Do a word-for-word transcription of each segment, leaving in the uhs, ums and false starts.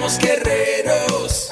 Somos guerreros.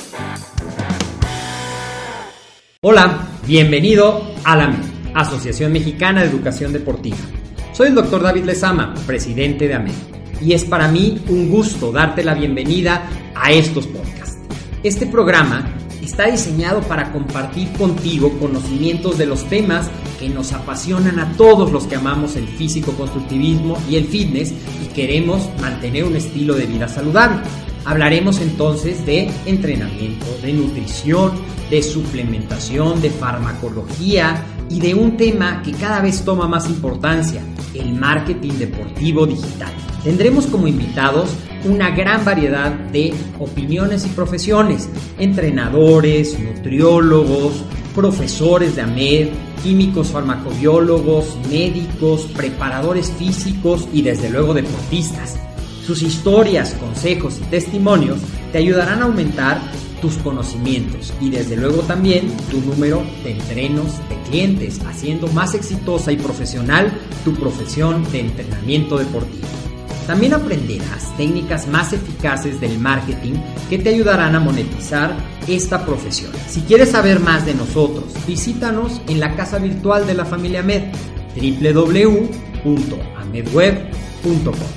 Hola, bienvenido a la A M E D, Asociación Mexicana de Educación Deportiva. Soy el doctor David Lezama, presidente de A M E D, y es para mí un gusto darte la bienvenida a estos podcasts. Este programa está diseñado para compartir contigo conocimientos de los temas que nos apasionan a todos los que amamos el físico-constructivismo y el fitness y queremos mantener un estilo de vida saludable. Hablaremos entonces de entrenamiento, de nutrición, de suplementación, de farmacología y de un tema que cada vez toma más importancia, el marketing deportivo digital. Tendremos como invitados una gran variedad de opiniones y profesiones, entrenadores, nutriólogos, profesores de A M E D, químicos farmacobiólogos, médicos, preparadores físicos y desde luego deportistas. Sus historias, consejos y testimonios te ayudarán a aumentar tus conocimientos y desde luego también tu número de entrenos de clientes, haciendo más exitosa y profesional tu profesión de entrenamiento deportivo. También aprenderás técnicas más eficaces del marketing que te ayudarán a monetizar esta profesión. Si quieres saber más de nosotros, visítanos en la casa virtual de la familia A M E D, doble u doble u doble u punto amedweb punto com.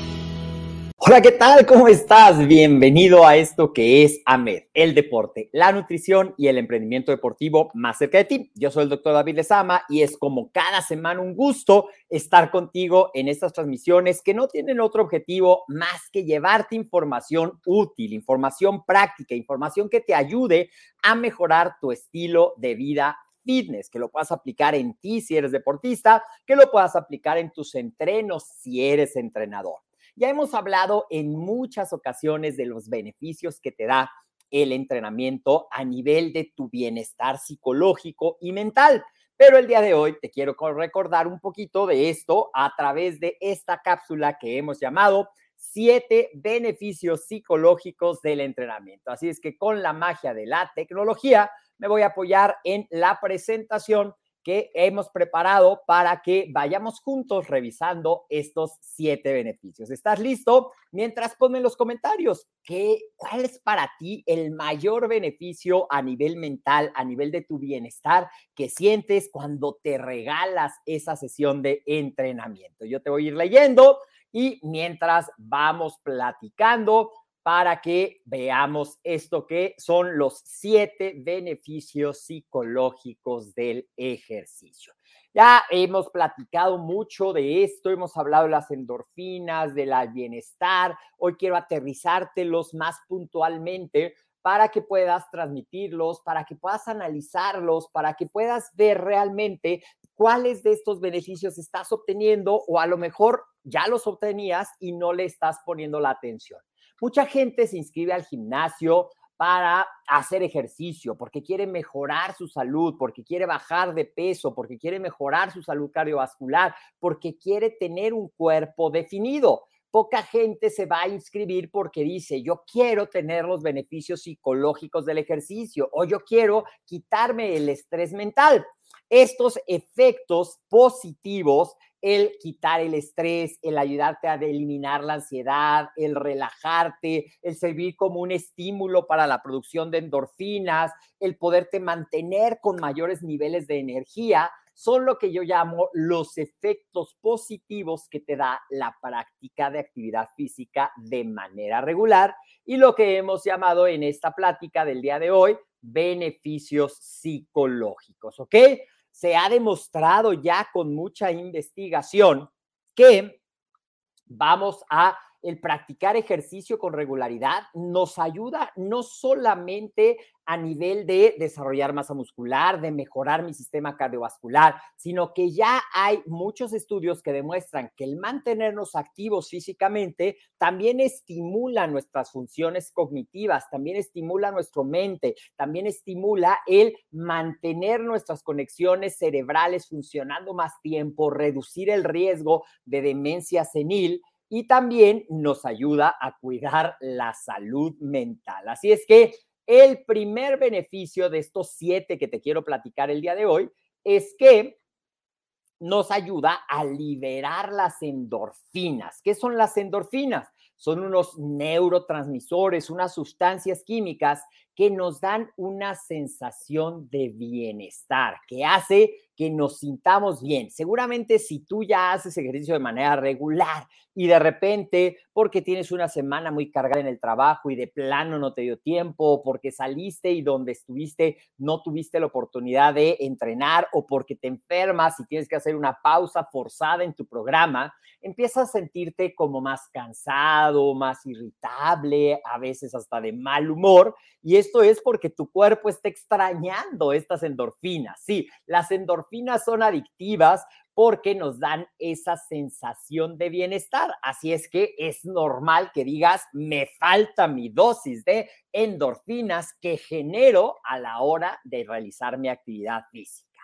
Hola, ¿qué tal? ¿Cómo estás? Bienvenido a esto que es A M E D, el deporte, la nutrición y el emprendimiento deportivo más cerca de ti. Yo soy el doctor David Lezama y es como cada semana un gusto estar contigo en estas transmisiones que no tienen otro objetivo más que llevarte información útil, información práctica, información que te ayude a mejorar tu estilo de vida fitness, que lo puedas aplicar en ti si eres deportista, que lo puedas aplicar en tus entrenos si eres entrenador. Ya hemos hablado en muchas ocasiones de los beneficios que te da el entrenamiento a nivel de tu bienestar psicológico y mental, pero el día de hoy te quiero recordar un poquito de esto a través de esta cápsula que hemos llamado siete beneficios psicológicos del entrenamiento. Así es que con la magia de la tecnología me voy a apoyar en la presentación que hemos preparado para que vayamos juntos revisando estos siete beneficios. ¿Estás listo? Mientras, ponme en los comentarios ¿qué, cuál es para ti el mayor beneficio a nivel mental, a nivel de tu bienestar que sientes cuando te regalas esa sesión de entrenamiento. Yo te voy a ir leyendo y mientras vamos platicando para que veamos esto que son los siete beneficios psicológicos del ejercicio. Ya hemos platicado mucho de esto, hemos hablado de las endorfinas, del bienestar. Hoy quiero aterrizártelos más puntualmente para que puedas transmitirlos, para que puedas analizarlos, para que puedas ver realmente cuáles de estos beneficios estás obteniendo o a lo mejor ya los obtenías y no le estás poniendo la atención. Mucha gente se inscribe al gimnasio para hacer ejercicio, porque quiere mejorar su salud, porque quiere bajar de peso, porque quiere mejorar su salud cardiovascular, porque quiere tener un cuerpo definido. Poca gente se va a inscribir porque dice, yo quiero tener los beneficios psicológicos del ejercicio o yo quiero quitarme el estrés mental. Estos efectos positivos, el quitar el estrés, el ayudarte a eliminar la ansiedad, el relajarte, el servir como un estímulo para la producción de endorfinas, el poderte mantener con mayores niveles de energía, son lo que yo llamo los efectos positivos que te da la práctica de actividad física de manera regular y lo que hemos llamado en esta plática del día de hoy, beneficios psicológicos, ¿ok? Se ha demostrado ya con mucha investigación que vamos a el practicar ejercicio con regularidad nos ayuda no solamente a nivel de desarrollar masa muscular, de mejorar mi sistema cardiovascular, sino que ya hay muchos estudios que demuestran que el mantenernos activos físicamente también estimula nuestras funciones cognitivas, también estimula nuestra mente, también estimula el mantener nuestras conexiones cerebrales funcionando más tiempo, reducir el riesgo de demencia senil, y también nos ayuda a cuidar la salud mental. Así es que el primer beneficio de estos siete que te quiero platicar el día de hoy es que nos ayuda a liberar las endorfinas. ¿Qué son las endorfinas? Son unos neurotransmisores, unas sustancias químicas que nos dan una sensación de bienestar, que hace que nos sintamos bien. Seguramente si tú ya haces ejercicio de manera regular y de repente, porque tienes una semana muy cargada en el trabajo y de plano no te dio tiempo, porque saliste y donde estuviste no tuviste la oportunidad de entrenar, o porque te enfermas y tienes que hacer una pausa forzada en tu programa, empiezas a sentirte como más cansado, más irritable, a veces hasta de mal humor, y esto es porque tu cuerpo está extrañando estas endorfinas. Sí, las endorfinas son adictivas porque nos dan esa sensación de bienestar. Así es que es normal que digas, me falta mi dosis de endorfinas que genero a la hora de realizar mi actividad física.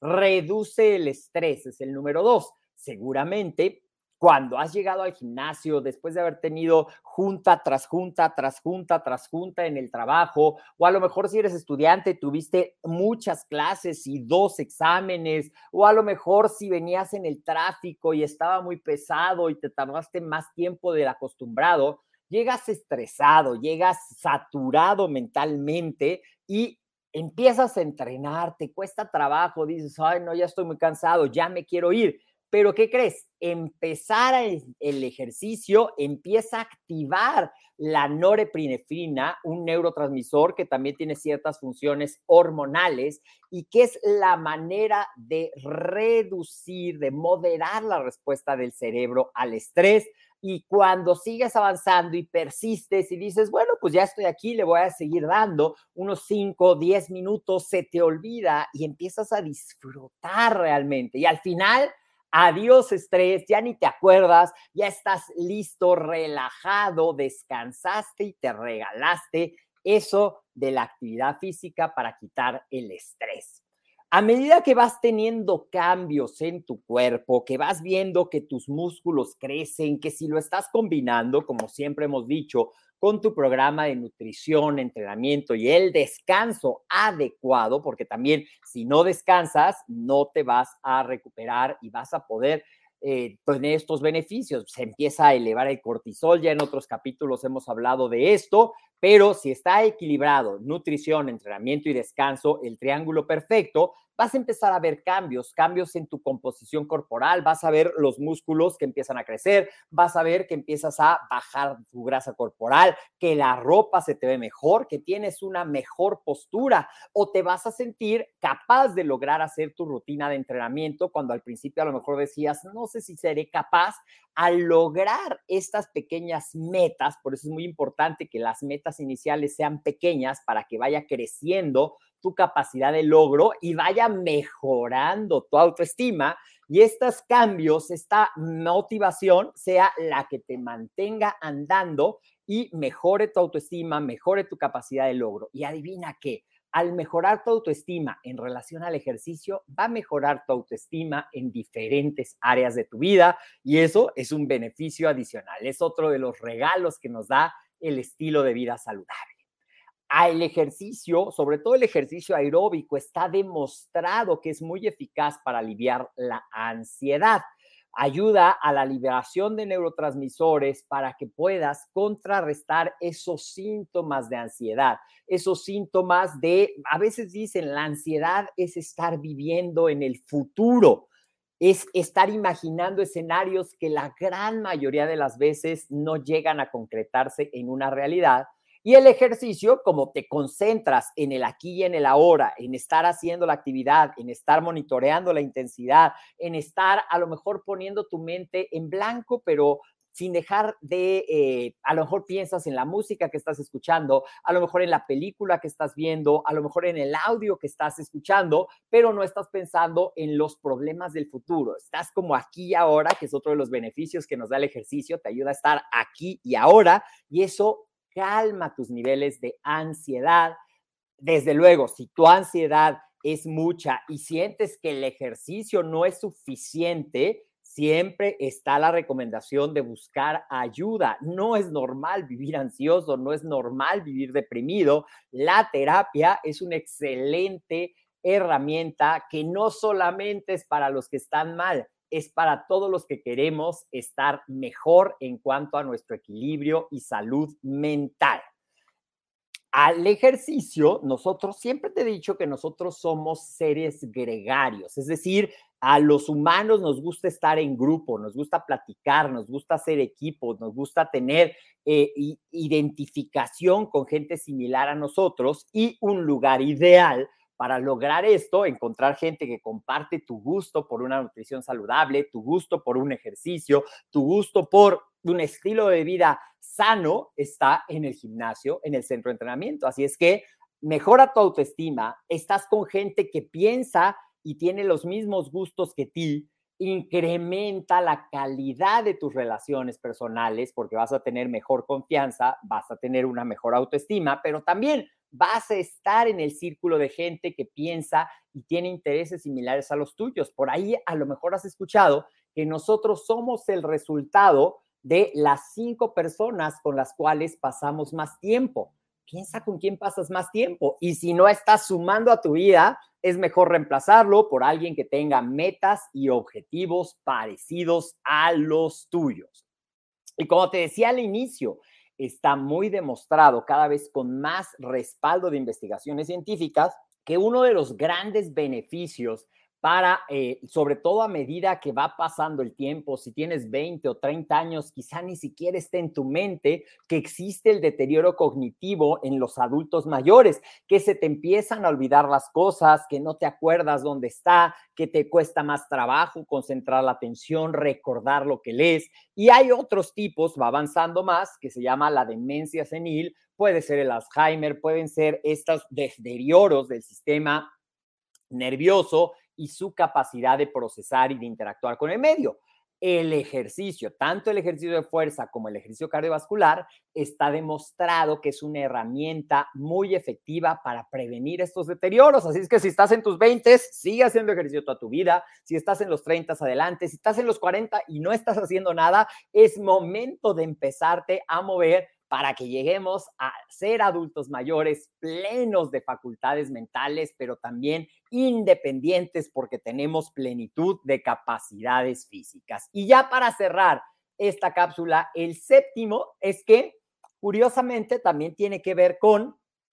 Reduce el estrés, es el número dos. Seguramente cuando has llegado al gimnasio después de haber tenido junta tras junta, tras junta, tras junta en el trabajo, o a lo mejor si eres estudiante tuviste muchas clases y dos exámenes, o a lo mejor si venías en el tráfico y estaba muy pesado y te tardaste más tiempo del acostumbrado, llegas estresado, llegas saturado mentalmente y empiezas a entrenar, te cuesta trabajo, dices, ay, no, ya estoy muy cansado, ya me quiero ir. Pero, ¿qué crees? Empezar el, el ejercicio empieza a activar la norepinefrina, un neurotransmisor que también tiene ciertas funciones hormonales y que es la manera de reducir, de moderar la respuesta del cerebro al estrés. Y cuando sigues avanzando y persistes y dices, bueno, pues ya estoy aquí, le voy a seguir dando unos cinco, diez minutos, se te olvida y empiezas a disfrutar realmente. Y al final, adiós estrés, ya ni te acuerdas, ya estás listo, relajado, descansaste y te regalaste eso de la actividad física para quitar el estrés. A medida que vas teniendo cambios en tu cuerpo, que vas viendo que tus músculos crecen, que si lo estás combinando, como siempre hemos dicho, con tu programa de nutrición, entrenamiento y el descanso adecuado, porque también si no descansas, no te vas a recuperar y vas a poder eh, tener estos beneficios. Se empieza a elevar el cortisol, ya en otros capítulos hemos hablado de esto, pero si está equilibrado, nutrición, entrenamiento y descanso, el triángulo perfecto, vas a empezar a ver cambios, cambios en tu composición corporal, vas a ver los músculos que empiezan a crecer, vas a ver que empiezas a bajar tu grasa corporal, que la ropa se te ve mejor, que tienes una mejor postura, o te vas a sentir capaz de lograr hacer tu rutina de entrenamiento cuando al principio a lo mejor decías, no sé si seré capaz. Al lograr estas pequeñas metas, por eso es muy importante que las metas iniciales sean pequeñas para que vaya creciendo tu capacidad de logro y vaya mejorando tu autoestima, y estos cambios, esta motivación sea la que te mantenga andando y mejore tu autoestima, mejore tu capacidad de logro. Y adivina qué, al mejorar tu autoestima en relación al ejercicio, va a mejorar tu autoestima en diferentes áreas de tu vida, y eso es un beneficio adicional. Es otro de los regalos que nos da el estilo de vida saludable. El ejercicio, sobre todo el ejercicio aeróbico, está demostrado que es muy eficaz para aliviar la ansiedad. Ayuda a la liberación de neurotransmisores para que puedas contrarrestar esos síntomas de ansiedad, esos síntomas de, a veces dicen, la ansiedad es estar viviendo en el futuro, es estar imaginando escenarios que la gran mayoría de las veces no llegan a concretarse en una realidad. Y el ejercicio, como te concentras en el aquí y en el ahora, en estar haciendo la actividad, en estar monitoreando la intensidad, en estar a lo mejor poniendo tu mente en blanco, pero sin dejar de, eh, a lo mejor piensas en la música que estás escuchando, a lo mejor en la película que estás viendo, a lo mejor en el audio que estás escuchando, pero no estás pensando en los problemas del futuro. Estás como aquí y ahora, que es otro de los beneficios que nos da el ejercicio, te ayuda a estar aquí y ahora, y eso calma tus niveles de ansiedad. Desde luego, si tu ansiedad es mucha y sientes que el ejercicio no es suficiente, siempre está la recomendación de buscar ayuda. No es normal vivir ansioso, no es normal vivir deprimido. La terapia es una excelente herramienta que no solamente es para los que están mal, es para todos los que queremos estar mejor en cuanto a nuestro equilibrio y salud mental. Al ejercicio, nosotros, siempre te he dicho que nosotros somos seres gregarios, es decir, a los humanos nos gusta estar en grupo, nos gusta platicar, nos gusta hacer equipos, nos gusta tener eh, identificación con gente similar a nosotros y un lugar ideal para lograr esto, encontrar gente que comparte tu gusto por una nutrición saludable, tu gusto por un ejercicio, tu gusto por un estilo de vida sano, está en el gimnasio, en el centro de entrenamiento. Así es que mejora tu autoestima, estás con gente que piensa y tiene los mismos gustos que ti, incrementa la calidad de tus relaciones personales porque vas a tener mejor confianza, vas a tener una mejor autoestima, pero también vas a estar en el círculo de gente que piensa y tiene intereses similares a los tuyos. Por ahí a lo mejor has escuchado que nosotros somos el resultado de las cinco personas con las cuales pasamos más tiempo. Piensa con quién pasas más tiempo y si no estás sumando a tu vida, es mejor reemplazarlo por alguien que tenga metas y objetivos parecidos a los tuyos. Y como te decía al inicio, está muy demostrado cada vez con más respaldo de investigaciones científicas que uno de los grandes beneficios para, eh, sobre todo a medida que va pasando el tiempo, si tienes veinte o treinta años, quizá ni siquiera esté en tu mente que existe el deterioro cognitivo en los adultos mayores, que se te empiezan a olvidar las cosas, que no te acuerdas dónde está, que te cuesta más trabajo concentrar la atención, recordar lo que lees. Y hay otros tipos, va avanzando más, que se llama la demencia senil, puede ser el Alzheimer, pueden ser estos deterioros del sistema nervioso y su capacidad de procesar y de interactuar con el medio. El ejercicio, tanto el ejercicio de fuerza como el ejercicio cardiovascular, está demostrado que es una herramienta muy efectiva para prevenir estos deterioros. Así es que si estás en tus veintes, sigue haciendo ejercicio toda tu vida. Si estás en los treinta, adelante. Si estás en los cuarenta y no estás haciendo nada, es momento de empezarte a mover para que lleguemos a ser adultos mayores plenos de facultades mentales, pero también independientes porque tenemos plenitud de capacidades físicas. Y ya para cerrar esta cápsula, el séptimo es que, curiosamente, también tiene que ver con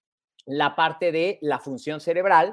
la parte de la función cerebral,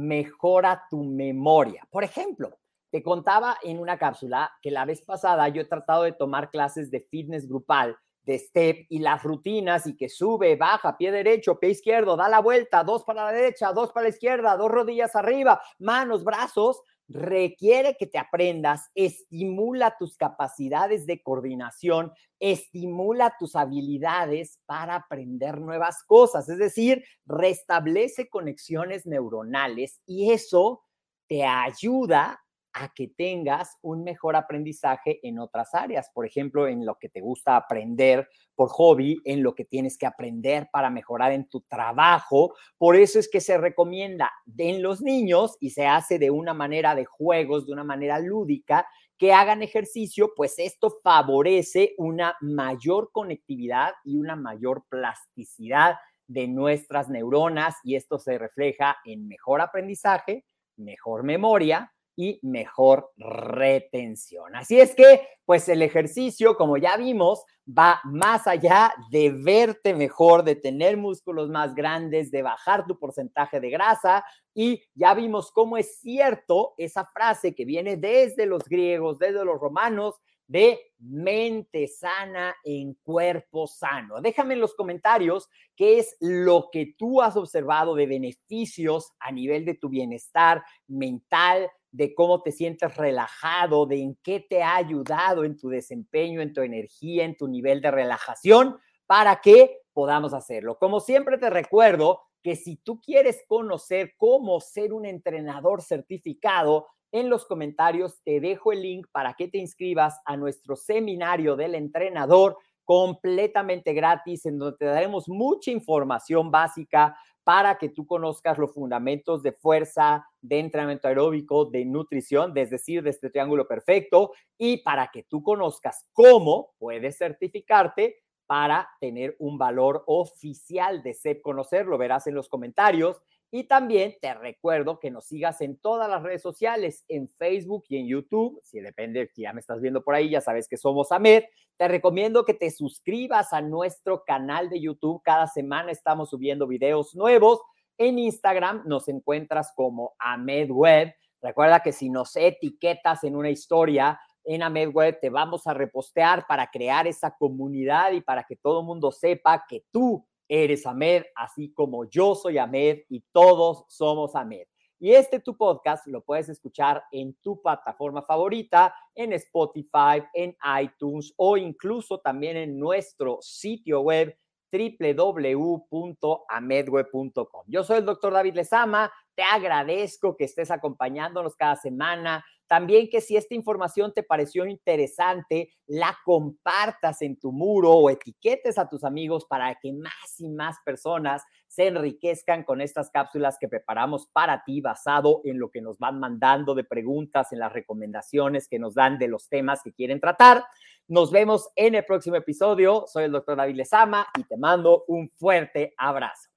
mejora tu memoria. Por ejemplo, te contaba en una cápsula que la vez pasada yo he tratado de tomar clases de fitness grupal, de step y las rutinas y que sube, baja, pie derecho, pie izquierdo, da la vuelta, dos para la derecha, dos para la izquierda, dos rodillas arriba, manos, brazos, requiere que te aprendas, estimula tus capacidades de coordinación, estimula tus habilidades para aprender nuevas cosas, es decir, restablece conexiones neuronales y eso te ayuda a que tengas un mejor aprendizaje en otras áreas, por ejemplo, en lo que te gusta aprender por hobby, en lo que tienes que aprender para mejorar en tu trabajo. Por eso es que se recomienda en los niños y se hace de una manera de juegos, de una manera lúdica, que hagan ejercicio, pues esto favorece una mayor conectividad y una mayor plasticidad de nuestras neuronas y esto se refleja en mejor aprendizaje, mejor memoria y mejor retención. Así es que, pues el ejercicio, como ya vimos, va más allá de verte mejor, de tener músculos más grandes, de bajar tu porcentaje de grasa y ya vimos cómo es cierto esa frase que viene desde los griegos, desde los romanos, de mente sana en cuerpo sano. Déjame en los comentarios qué es lo que tú has observado de beneficios a nivel de tu bienestar mental, de cómo te sientes relajado, de en qué te ha ayudado en tu desempeño, en tu energía, en tu nivel de relajación, para que podamos hacerlo. Como siempre te recuerdo que si tú quieres conocer cómo ser un entrenador certificado, en los comentarios te dejo el link para que te inscribas a nuestro seminario del entrenador completamente gratis, en donde te daremos mucha información básica para que tú conozcas los fundamentos de fuerza, de entrenamiento aeróbico, de nutrición, es decir, de este triángulo perfecto, y para que tú conozcas cómo puedes certificarte para tener un valor oficial de S E P Conocer. Lo verás en los comentarios Y también te recuerdo que nos sigas en todas las redes sociales, en Facebook y en YouTube. Si depende, si ya me estás viendo por ahí, ya sabes que somos AMED. Te recomiendo que te suscribas a nuestro canal de YouTube. Cada semana estamos subiendo videos nuevos. En Instagram nos encuentras como AMEDweb. Recuerda que si nos etiquetas en una historia en AMEDweb, te vamos a repostear para crear esa comunidad y para que todo el mundo sepa que tú eres AMED, así como yo soy AMED y todos somos AMED. Y este tu podcast lo puedes escuchar en tu plataforma favorita, en Spotify, en iTunes o incluso también en nuestro sitio web doble u doble u doble u punto amedweb punto com. Yo soy el doctor David Lezama, te agradezco que estés acompañándonos cada semana. También que si esta información te pareció interesante, la compartas en tu muro o etiquetes a tus amigos para que más y más personas se enriquezcan con estas cápsulas que preparamos para ti basado en lo que nos van mandando de preguntas, en las recomendaciones que nos dan de los temas que quieren tratar. Nos vemos en el próximo episodio. Soy el doctor David Lezama y te mando un fuerte abrazo.